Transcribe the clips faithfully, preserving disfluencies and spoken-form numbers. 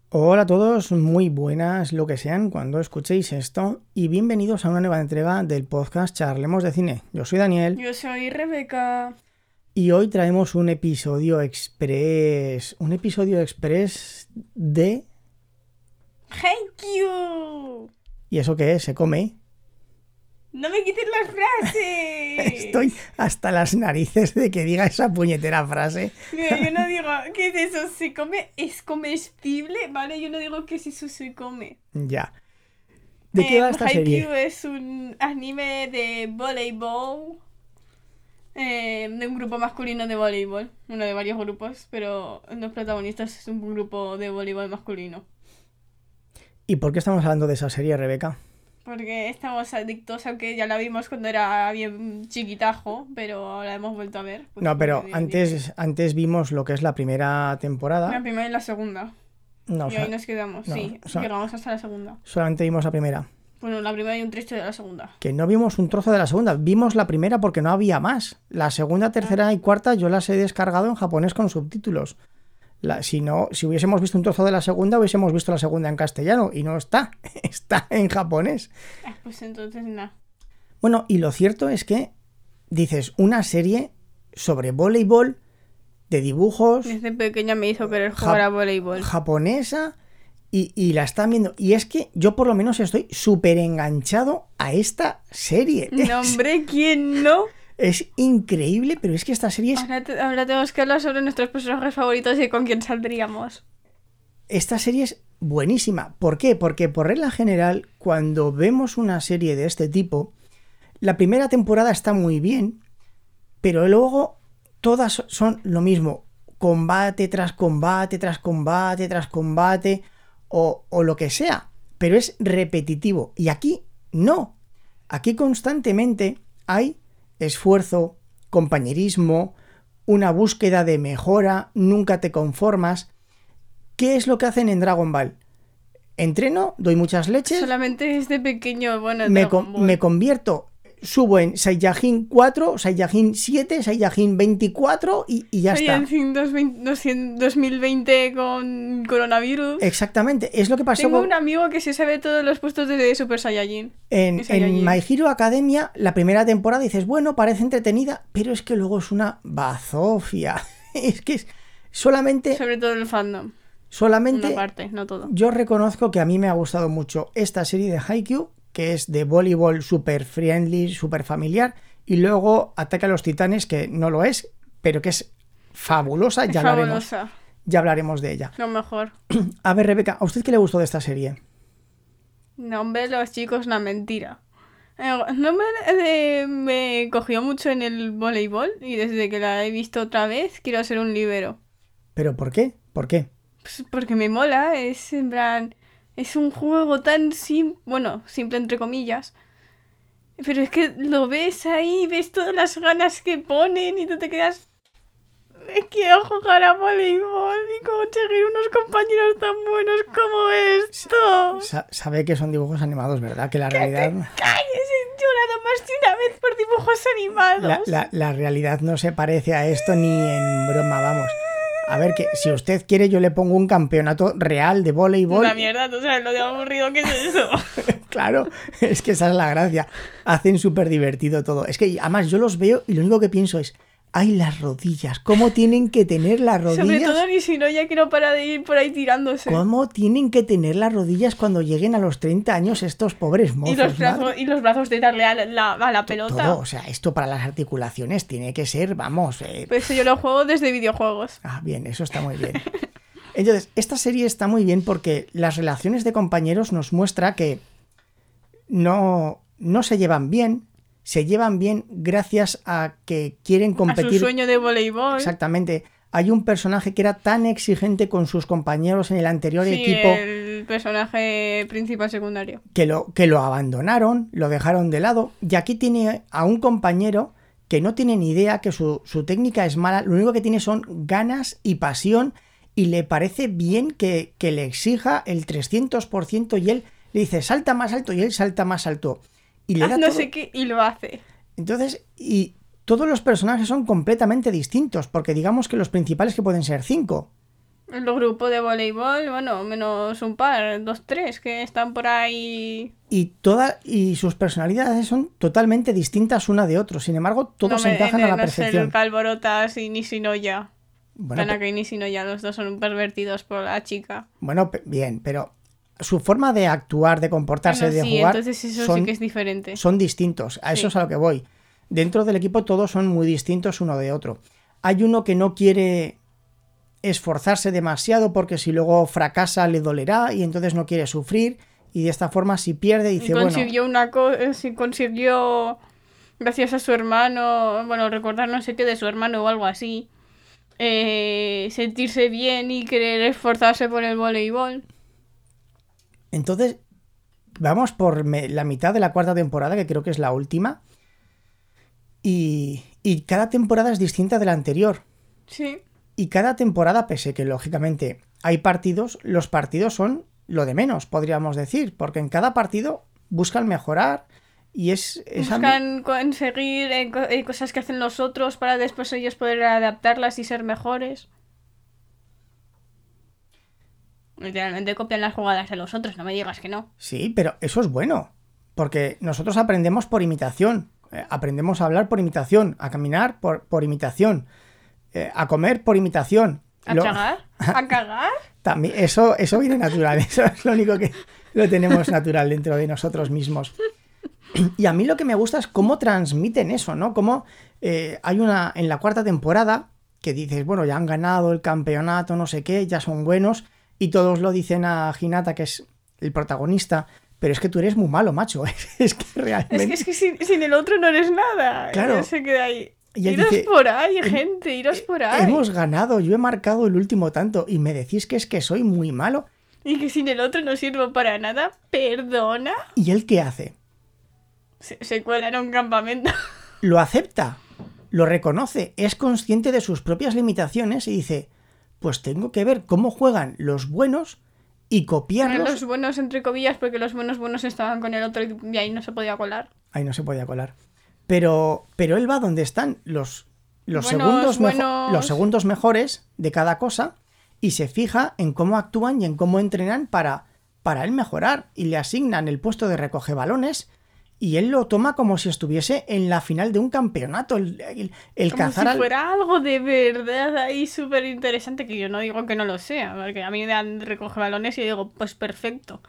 Hola a todos, muy buenas lo que sean cuando escuchéis esto y bienvenidos a una nueva entrega del podcast Charlemos de Cine. Yo soy Daniel Yo soy Rebeca. y hoy traemos un episodio express, un episodio express de... Thank you. ¿Y eso qué es? ¿Se come? No me quites las frases. Estoy hasta las narices de que diga esa puñetera frase. Mira, yo no digo ¿qué es eso? ¿Se come? ¿Es comestible? Vale, yo no digo que si eso se come. Ya. ¿De qué eh, va esta serie? Haikyuu es un anime de voleibol. Eh, de un grupo masculino de voleibol. Uno de varios grupos, pero los protagonistas es un grupo de voleibol masculino. ¿Y por qué estamos hablando de esa serie, Rebeca? Porque estamos adictos, aunque ya la vimos cuando era bien chiquitajo, pero ahora hemos vuelto a ver. Pues No, pero porque- antes, antes vimos lo que es la primera temporada. La primera y la segunda. No, o y sea, ahí nos quedamos, no, sí. o sea- Llegamos hasta la segunda. solamente vimos la primera. Bueno, la primera y un trecho de la segunda. Que no vimos un trozo de la segunda, vimos la primera porque no había más. La segunda, tercera y cuarta yo las he descargado en japonés con subtítulos. La, si no, si hubiésemos visto un trozo de la segunda, hubiésemos visto la segunda en castellano y no está, está en japonés. Ah, pues entonces nada. Bueno, y lo cierto es que dices una serie sobre voleibol de dibujos Desde pequeña me hizo querer Ja- jugar a voleibol. japonesa y, y la están viendo. Y es que yo por lo menos estoy súper enganchado a esta serie. No, Es- hombre, ¿quién no? Es increíble, pero es que esta serie es... Ahora, te- ahora tenemos que hablar sobre nuestros personajes favoritos y con quién saldríamos. Esta serie es buenísima. ¿Por qué? Porque por regla general, cuando vemos una serie de este tipo, la primera temporada está muy bien, pero luego todas son lo mismo. Combate tras combate, tras combate, tras combate, o, o lo que sea. Pero es repetitivo. Y aquí no. Aquí constantemente hay esfuerzo, compañerismo, una búsqueda de mejora, nunca te conformas. ¿Qué es lo que hacen en Dragon Ball? Entreno, doy muchas leches, Solamente desde pequeño, bueno, me, Dragon con- Ball. me convierto, subo en Saiyajin cuatro, Saiyajin siete, Saiyajin veinticuatro y, y ya está. Saiyajin dos mil veinte con coronavirus. Exactamente, es lo que pasó Tengo con- un amigo que se sabe todos los puestos de Super Saiyajin. en, y Saiyajin. en My Hero Academia. La primera temporada dices, bueno, parece entretenida, pero es que luego es una bazofia. Es que es solamente, Sobre todo el fandom. solamente Una parte, no todo. yo reconozco que a mí me ha gustado mucho esta serie de Haikyuu, que es de voleibol super friendly, super familiar, y luego Ataque a los Titanes, que no lo es, pero que es fabulosa, Es ya hablaremos, fabulosa. ya hablaremos de ella. Lo mejor. A ver, Rebeca, ¿a usted qué le gustó de esta serie? No, hombre, los chicos, una mentira. Eh, No me, eh, me cogió mucho en el voleibol y desde que la he visto otra vez quiero ser un líbero. ¿Pero por qué? ¿Por qué? Pues porque me mola, es en plan... Es un juego tan simple, bueno, simple entre comillas. Pero es que lo ves ahí, ves todas las ganas que ponen y tú te quedas... "Me quiero jugar a voleibol y conseguir unos compañeros tan buenos como esto. Sa- sabe que son dibujos animados, ¿verdad? Que la realidad, ¡Calles! He llorado más de una vez por dibujos animados. la, la- la realidad no se parece a esto ni en broma, vamos. A ver, que si usted quiere yo le pongo un campeonato real de voleibol. Una mierda, tú sabes lo de aburrido que es eso. Claro, es que esa es la gracia. Hacen súper divertido todo. Es que además yo los veo y lo único que pienso es, ¡ay, las rodillas! ¿Cómo tienen que tener las rodillas? Sobre todo ni si no ya que no para de ir por ahí tirándose. ¿Cómo tienen que tener las rodillas cuando lleguen a los treinta años estos pobres mozos? Y los, brazos, madre? y los brazos de darle a la, la- a la pelota. Todo, o sea, esto para las articulaciones tiene que ser, vamos... eh, Pues yo lo juego desde videojuegos. Ah, bien, eso está muy bien. Entonces, esta serie está muy bien porque las relaciones de compañeros nos muestra que no, no se llevan bien, se llevan bien gracias a que quieren A su competir. sueño de voleibol. Exactamente. Hay un personaje que era tan exigente con sus compañeros en el anterior Sí, equipo el personaje principal secundario. que lo, que lo abandonaron, lo dejaron de lado, y aquí tiene a un compañero que no tiene ni idea, que su, su técnica es mala, lo único que tiene son ganas y pasión, y le parece bien que, que le exija el trescientos por ciento y él le dice salta más alto y él salta más alto. Y le Haz da no todo. sé qué y lo hace. Entonces, y todos los personajes son completamente distintos, porque digamos que los principales que pueden ser cinco. Los grupos de voleibol, bueno, menos un par, dos, tres, que están por ahí. Y, toda, y sus personalidades son totalmente distintas una de otro. Sin embargo, todos no se me, encajan no, a la no perfección. sé, Luca Alborotas y Nishinoya. Bueno, Tanaka y Nishinoya, los dos son pervertidos por la chica. Bueno, bien, pero su forma de actuar, de comportarse, Bueno, de sí, jugar, entonces eso son, sí que es diferente. son distintos. A eso Sí. es a lo que voy. Dentro del equipo todos son muy distintos uno de otro. Hay uno que no quiere esforzarse demasiado porque si luego fracasa le dolerá y entonces no quiere sufrir y de esta forma si pierde dice, Y consiguió bueno, una cosa, sí, consiguió, gracias a su hermano, bueno, recordar no sé qué de su hermano o algo así, eh, sentirse bien y querer esforzarse por el voleibol. entonces vamos por me- la mitad de la cuarta temporada, que creo que es la última, y, y cada temporada es distinta de la anterior. Sí. Y cada temporada, pese que lógicamente hay partidos, los partidos son lo de menos, podríamos decir, porque en cada partido buscan mejorar y es... es Buscan conseguir eh, co- eh, cosas que hacen los otros para después ellos poder adaptarlas y ser mejores. Literalmente copian las jugadas de los otros, no me digas que no. Sí, pero eso es bueno, porque nosotros aprendemos por imitación, eh, aprendemos a hablar por imitación, a caminar por, por imitación, eh, a comer por imitación. ¿A Lo- cagar? ¿A cagar? También, eso, eso viene natural, eso es lo único que lo tenemos natural dentro de nosotros mismos. Y a mí lo que me gusta es cómo transmiten eso, ¿no? Cómo eh, hay una en la cuarta temporada que dices, bueno, ya han ganado el campeonato, no sé qué, ya son buenos, y todos lo dicen a Hinata, que es el protagonista, pero es que tú eres muy malo, macho, es que realmente... Es que, es que sin, sin el otro no eres nada. Claro. Y se queda ahí. Y él Iros dice, por ahí, gente, iros por ahí. Hemos ganado, yo he marcado el último tanto, y me decís que es que soy muy malo, Y que sin el otro no sirvo para nada, perdona. ¿y él qué hace? Se, se cuela en un campamento. Lo acepta, lo reconoce, es consciente de sus propias limitaciones y dice, pues tengo que ver cómo juegan los buenos y copiarlos. Los buenos entre comillas, porque los buenos buenos estaban con el otro y ahí no se podía colar. Ahí no se podía colar. Pero, pero él va donde están los, los, Buenos, segundos mejo- buenos. los segundos mejores de cada cosa y se fija en cómo actúan y en cómo entrenan para, para él mejorar. Y le asignan el puesto de recoge balones y él lo toma como si estuviese en la final de un campeonato. El, el, el Como cazar si al... fuera algo de verdad ahí súper interesante, que yo no digo que no lo sea, porque a mí me dan recoge balones y yo digo, pues perfecto.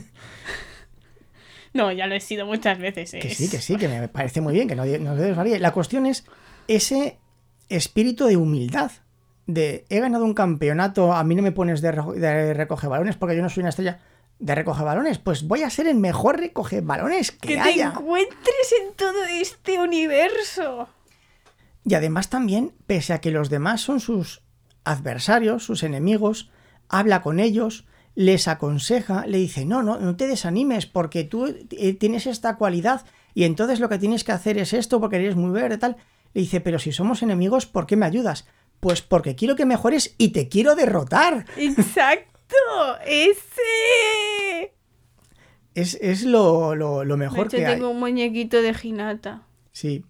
No, ya lo he sido muchas veces. Que es- sí, que sí, que me parece muy bien, que no, no debes variar. La cuestión es ese espíritu de humildad. De he ganado un campeonato, a mí no me pones de, re- de recoge balones porque yo no soy una estrella de recoge balones. Pues voy a ser el mejor recoge balones que, Que te haya. encuentres en todo este universo. Y además también, pese a que los demás son sus adversarios, sus enemigos, habla con ellos, les aconseja, le dice, no, no, no te desanimes porque tú eh, tienes esta cualidad y entonces lo que tienes que hacer es esto porque eres muy verde, tal. Le dice, pero si somos enemigos, ¿por qué me ayudas? Pues porque quiero que mejores y te quiero derrotar. ¡Exacto! ¡Ese! Es, es lo, lo, lo De mejor hecho, que hay. tengo un muñequito de Hinata. Sí.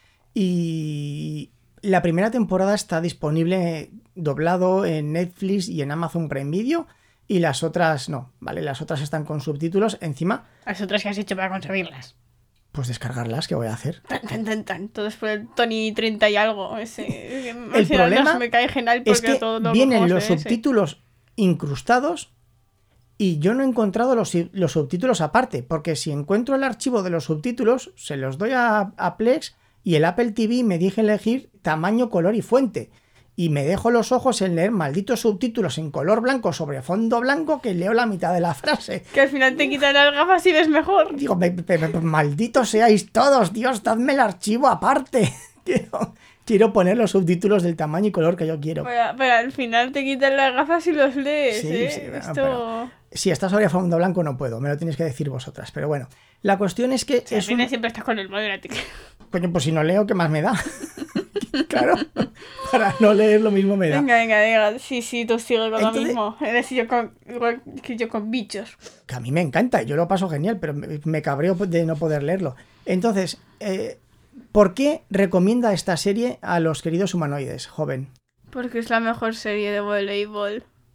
Y la primera temporada está disponible doblado en Netflix y en Amazon Prime Video. Y las otras no, ¿vale? Las otras están con subtítulos. Encima, Las otras que has hecho para conseguirlas. pues descargarlas, ¿qué voy a hacer? Tan, tan, tan, tan. Todo es por el Tony treinta y algo. Ese. El Al final problema no se me cae genial Es porque que todo lo vienen cogemos los de ese. subtítulos incrustados y yo no he encontrado los, los subtítulos aparte, porque si encuentro el archivo de los subtítulos, se los doy a, a Plex y el Apple T V me deja elegir tamaño, color y fuente. Y me dejo los ojos en leer malditos subtítulos en color blanco sobre fondo blanco que leo la mitad de la frase. Que al final te quitan las gafas y ves mejor. Digo, me- me- me- malditos seáis todos, Dios, dadme el archivo aparte. Quiero, quiero poner los subtítulos del tamaño y color que yo quiero. Pero, pero al final te quitan las gafas y los lees, Sí, ¿eh? sí, bueno, Esto... pero- Si está sobre fondo blanco no puedo, me lo tenéis que decir vosotras. Pero bueno, la cuestión es que O sea, al es un... final siempre estás con el moderate. Coño, pues si no leo, ¿qué más me da? Claro, para no leer lo mismo me da. Venga, venga, venga. Sí, sí, tú sigue con Entonces- lo mismo. Eres yo con, igual que yo con bichos. Que a mí me encanta, yo lo paso genial, pero me, me cabreo de no poder leerlo. Entonces, eh, ¿por qué recomienda esta serie a los queridos humanoides, joven? Porque es la mejor serie de voleibol.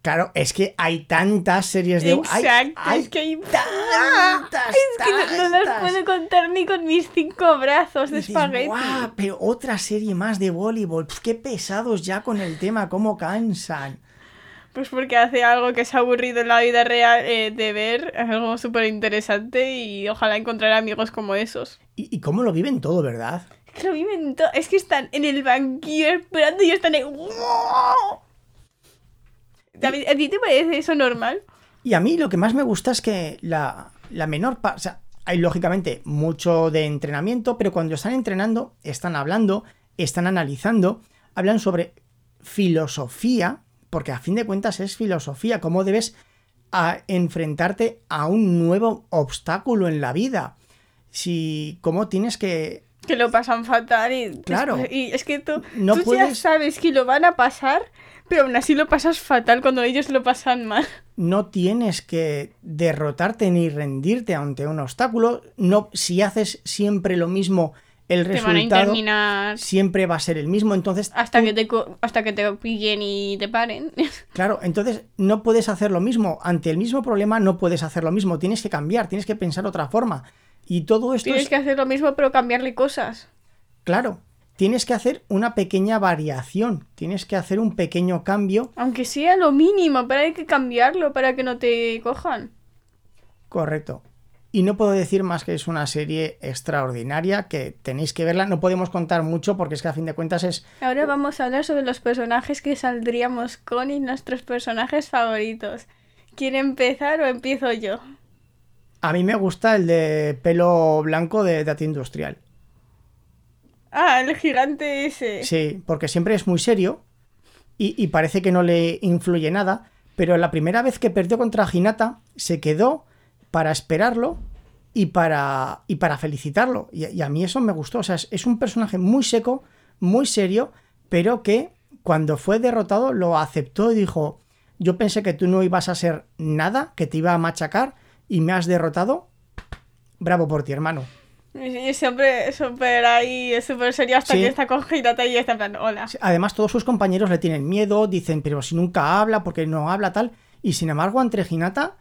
Claro, es que hay tantas series de... Exacto, hay, hay es que hay tantas, Es que no, no las tantas. puedo contar ni con mis cinco brazos de Dices, espagueti. "Buah, pero otra serie más de voleibol. Pf, qué pesados ya con el tema, cómo cansan". Pues porque hace algo que es aburrido en la vida real eh, de ver, algo súper interesante y ojalá encontrar amigos como esos. Y, y cómo lo viven todo, ¿verdad? Es que lo viven todo, es que están en el banquillo esperando y están ahí... ¿A ti- ¿A ti te parece eso normal? Y a mí lo que más me gusta es que la, la menor parte... O sea, hay lógicamente mucho de entrenamiento, pero cuando están entrenando, están hablando, están analizando, hablan sobre filosofía, porque a fin de cuentas es filosofía, cómo debes a enfrentarte a un nuevo obstáculo en la vida. Si, cómo tienes que... Que lo pasan fatal y... Claro. Y es que tú, No tú ya puedes- sabes que lo van a pasar, pero aún así lo pasas fatal cuando ellos lo pasan mal. No tienes que derrotarte ni rendirte ante un obstáculo. No, si haces siempre lo mismo, el Te van a resultado terminar siempre va a ser el mismo. Entonces, hasta tú- que te co- hasta que te pillen y te paren. claro, entonces no puedes hacer lo mismo. Ante el mismo problema no puedes hacer lo mismo. Tienes que cambiar, tienes que pensar otra forma. Y todo esto Tienes es... que hacer lo mismo pero cambiarle cosas. Claro, tienes que hacer una pequeña variación. Tienes que hacer un pequeño cambio. Aunque sea lo mínimo, pero hay que cambiarlo para que no te cojan. Correcto. Y no puedo decir más que es una serie extraordinaria, que tenéis que verla. No podemos contar mucho porque es que a fin de cuentas es... Ahora vamos a hablar sobre los personajes que saldríamos con y nuestros personajes favoritos. ¿Quiere empezar o empiezo yo? A mí me gusta el de pelo blanco de Data Industrial. Ah, el gigante ese. Sí, porque siempre es muy serio y, y parece que no le influye nada, pero la primera vez que perdió contra Hinata se quedó para esperarlo y para, y para felicitarlo. Y, y a mí eso me gustó. O sea, es, es un personaje muy seco, muy serio, pero que cuando fue derrotado lo aceptó y dijo: yo pensé que tú no ibas a ser nada, que te iba a machacar y me has derrotado. Bravo por ti, hermano. Y siempre súper ahí, es súper serio hasta Sí. que está con Hinata y está en plan, hola. Además, todos sus compañeros le tienen miedo, dicen, pero si nunca habla, porque no habla tal. Y sin embargo, entre Hinata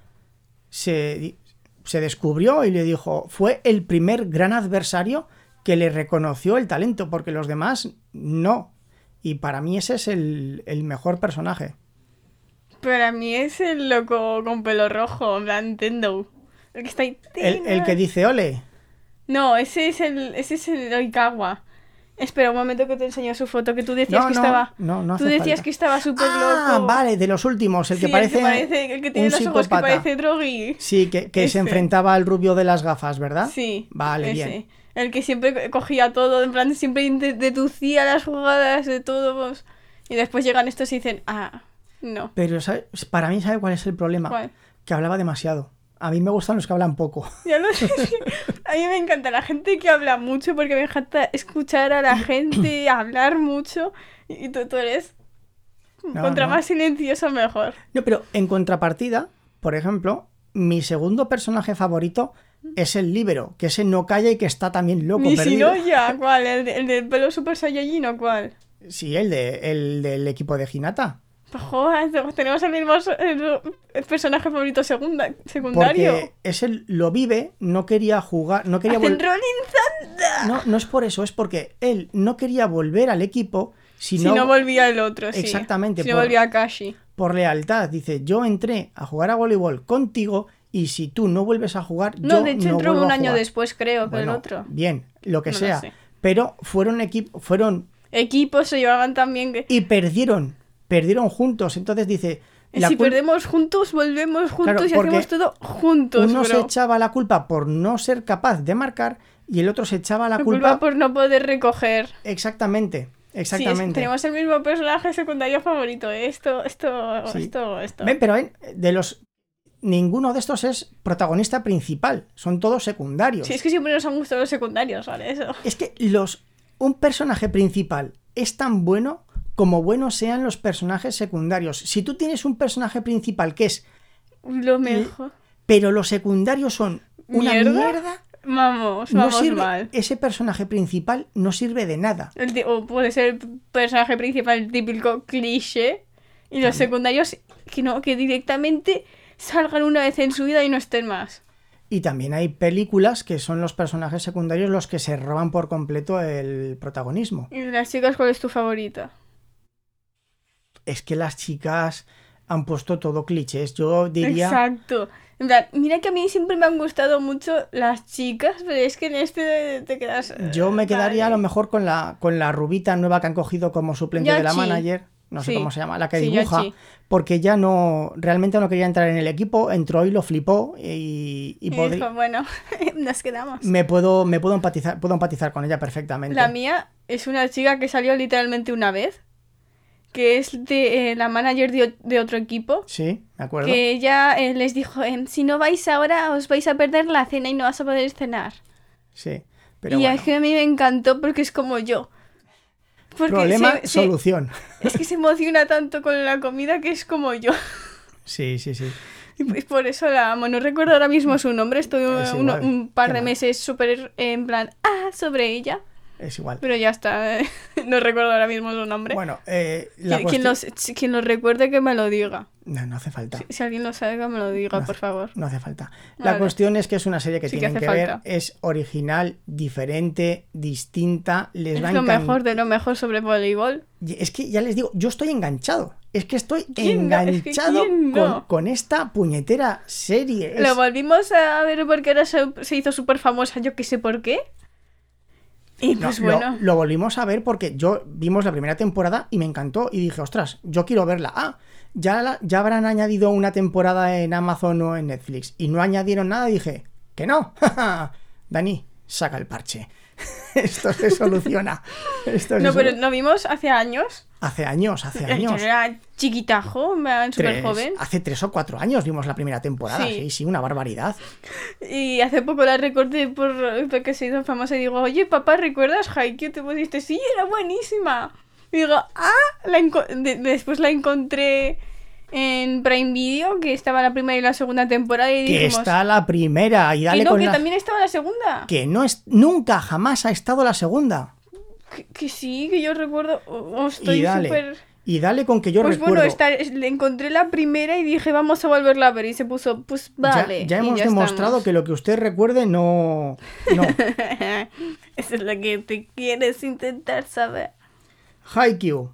se, se descubrió y le dijo, fue el primer gran adversario que le reconoció el talento, porque los demás no. Y para mí ese es el, el mejor personaje. Pero a mí es el loco con pelo rojo, en plan Tendo. El que está ahí. El, el que dice, ole. No, ese es el, ese es el Oikawa. Espera un momento que te enseño su foto, que tú decías No, que no, estaba... no, no tú hace decías falta. que estaba súper Ah, loco. vale, de los últimos, el Sí, que parece, el que, parece, el que tiene un los ojos que psicópata. parece Drogi. Sí, que, que se Ese. enfrentaba al rubio de las gafas, ¿verdad? Sí, Vale, ese. bien. El que siempre cogía todo, en plan, siempre de- deducía las jugadas de todos. Y después llegan estos y dicen, ah, no. Pero ¿sabe? Para mí, ¿sabe cuál es el problema? ¿Cuál? Que hablaba demasiado. A mí me gustan los que hablan poco. Ya lo sé. A mí me encanta la gente que habla mucho porque me encanta escuchar a la gente hablar mucho. Y tú, tú eres... No, Contra no. más silencioso, mejor. No, pero en contrapartida, por ejemplo, mi segundo personaje favorito es el líbero, que ese no calla y que está también loco, Ni perdido. Shinoya, ¿cuál? ¿El, de- el del pelo super saiyajin o cuál? Sí, el, de, el del equipo de Hinata. Pues, joder, tenemos el mismo el, el personaje favorito segunda, secundario. Porque ese lo vive, no quería jugar, no quería ¡Hacen volver. Rolling Thunder! No, no es por eso, es porque él no quería volver al equipo, Si sino no volvía el otro, sí. Exactamente, Si no por- volvía Akashi. por lealtad. Dice, yo entré a jugar a voleibol contigo y si tú no vuelves a jugar, No, yo de hecho no entró vuelvo un a año jugar. después, creo, que Bueno, el otro. bien, lo que No lo sea. sé. Pero fueron equipo, fueron Equipos se llevaban también que... y perdieron, perdieron juntos. Entonces dice, la Si cul- perdemos juntos, volvemos juntos Claro, y porque hacemos todo juntos, uno se bro. echaba la culpa por no ser capaz de marcar y el otro se echaba la, La culpa... culpa por no poder recoger. Exactamente, Sí, es- exactamente. tenemos el mismo personaje secundario favorito. Esto, esto, Sí. esto, esto. Ven, pero ven, de los... Ninguno de estos es protagonista principal, son todos secundarios. Sí, es que siempre nos han gustado los secundarios, ¿vale? Eso. Es que los un personaje principal es tan bueno como buenos sean los personajes secundarios. Si tú tienes un personaje principal que es... Lo mejor. Pero los secundarios son una ¿Mierda? mierda, Vamos, no vamos sirve, mal. ese personaje principal no sirve de nada. El ti- o puede ser el personaje principal típico cliché Y los También. secundarios que no, que directamente salgan una vez en su vida y no estén más. Y también hay películas que son los personajes secundarios los que se roban por completo el protagonismo. Y de las chicas, ¿cuál es tu favorita? Es que las chicas han puesto todo clichés. Yo diría... Exacto. En plan, mira que a mí siempre me han gustado mucho las chicas, pero es que en este te quedas... eh, Yo me quedaría vale. a lo mejor con la, con la rubita nueva que han cogido como suplente de la Yachi. manager. No sé Sí. cómo se llama, la que Sí, dibuja. Yachi. Porque ya no... Realmente no quería entrar en el equipo. Entró y lo flipó. Y, y Y podri- dijo, bueno, nos quedamos. me puedo, me puedo empatizar, puedo empatizar con ella perfectamente. La mía es una chica que salió literalmente una vez, que es de eh, la manager de, o- de otro equipo, Sí, me acuerdo. que ella eh, les dijo, em, si no vais ahora os vais a perder la cena y no vas a poder cenar. Sí. Pero y bueno. es que a mí me encantó porque es como yo. Porque Problema, se- se- solución. es que se emociona tanto con la comida que es como yo. Sí, sí, sí. Y pues por eso la amo. No recuerdo ahora mismo su nombre. Estuve Es uno- igual. un par Qué de mal. meses súper eh, en plan, ah, sobre ella. Es igual. Pero ya está. No recuerdo ahora mismo su nombre. Bueno, eh, la Quien, quien cuestión- los- quien lo recuerde que me lo diga. No, no hace falta. Si, si alguien lo sabe, que me lo diga, No por hace- favor. No hace falta. La Vale. cuestión es que es una serie que Sí que tienen hace que, ver. falta. Es original, diferente, distinta. Les va Es a lo encan- mejor de lo mejor sobre voleibol. Y Es que ya les digo, yo estoy enganchado. Es que estoy ¿Quién no? Es que enganchado ¿quién con, no? con esta puñetera serie. Es- Lo volvimos a ver porque ahora se, se hizo súper famosa, yo que sé por qué. Y No, pues lo- bueno. lo, volvimos a ver porque yo vimos la primera temporada y me encantó y dije, ostras, yo quiero verla. Ah, ya, la- ya habrán añadido una temporada en Amazon o en Netflix y no añadieron nada. Dije, que no. Dani, saca el parche. Esto se soluciona. Esto se No, pero solu- lo vimos hace años. Hace años, hace Yo años. era chiquitajo, me era súper Tres- joven. Hace tres o cuatro años vimos la primera temporada. Sí. Sí, sí, una barbaridad. Y hace poco la recordé por, porque se hizo famosa y digo, oye, papá, ¿recuerdas Haikyuu? Te pusiste, sí, era buenísima. Y digo, ah, la enco- de- después la encontré en Prime Video, que estaba la primera y la segunda temporada, y Que dijimos, está la primera y que dale no, con que la... también estaba la segunda. Que no es... Nunca, jamás ha estado la segunda. Que, que sí, que yo recuerdo, o- o estoy Y dale. súper... Y dale con que yo Pues recuerdo... bueno, esta- le encontré la primera y dije, vamos a volverla a ver. Y se puso, pues Ya- vale. ya, y hemos demostrado estamos. que lo que usted recuerde no... No. Eso es lo que te quieres intentar saber. Haikyuu.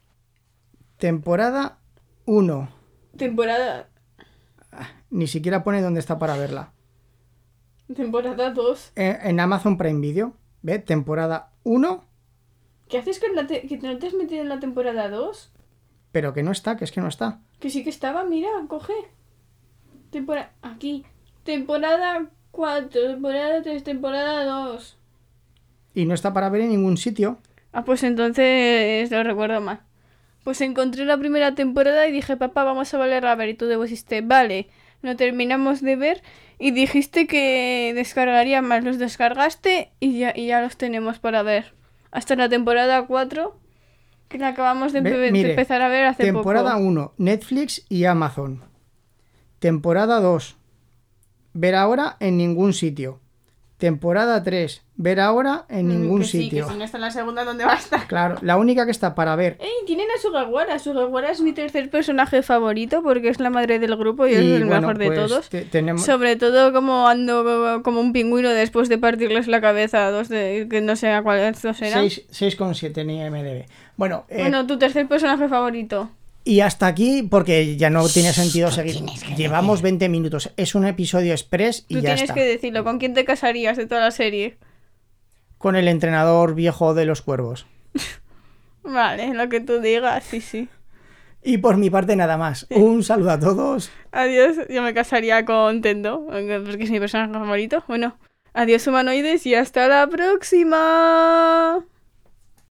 Temporada uno. Temporada... Ni siquiera pone dónde está para verla. Temporada dos. Eh, En Amazon Prime Video. ¿Ve? Temporada uno. ¿Qué haces con la te- que no te has metido en la temporada dos? Pero que no está, que es que no está. Que sí que estaba, mira, coge. Temporada... Aquí. Temporada cuatro, temporada tres, temporada dos. Y no está para ver en ningún sitio. Ah, pues entonces lo recuerdo mal. Pues encontré la primera temporada y dije, papá, vamos a volver a ver. Y tú dijiste, vale, lo terminamos de ver. Y dijiste que descargaría más. Los descargaste y ya, y ya los tenemos para ver. Hasta la temporada cuatro, que la acabamos de, Ve, empe- de mire, empezar a ver hace Temporada poco. uno, Netflix y Amazon. Temporada dos, ver ahora en ningún sitio. Temporada tres, ver ahora en Mm, ningún que sí, sitio. que si no está en la segunda, ¿dónde va a estar? Claro, la única que está para ver. ¡Ey! Tienen a Sugawara. Sugawara es mi tercer personaje favorito porque es la madre del grupo y, es el bueno, mejor de pues, todos. te- tenemos... Sobre todo como ando como un pingüino después de partirles la cabeza a dos de que no sé a cuáles dos eran. seis coma siete en I M D B. Bueno, eh, Bueno, tu tercer personaje favorito. y hasta aquí, porque ya no tiene sentido seguir. Llevamos veinte minutos. Es un episodio express y Tú ya tienes está. que decirlo. ¿Con quién te casarías de toda la serie? Con el entrenador viejo de los cuervos. Vale, lo que tú digas, sí, sí. Y por mi parte nada más. Un saludo a todos. Adiós, yo me casaría con Tendo, porque es mi personaje favorito. Bueno, adiós humanoides y hasta la próxima.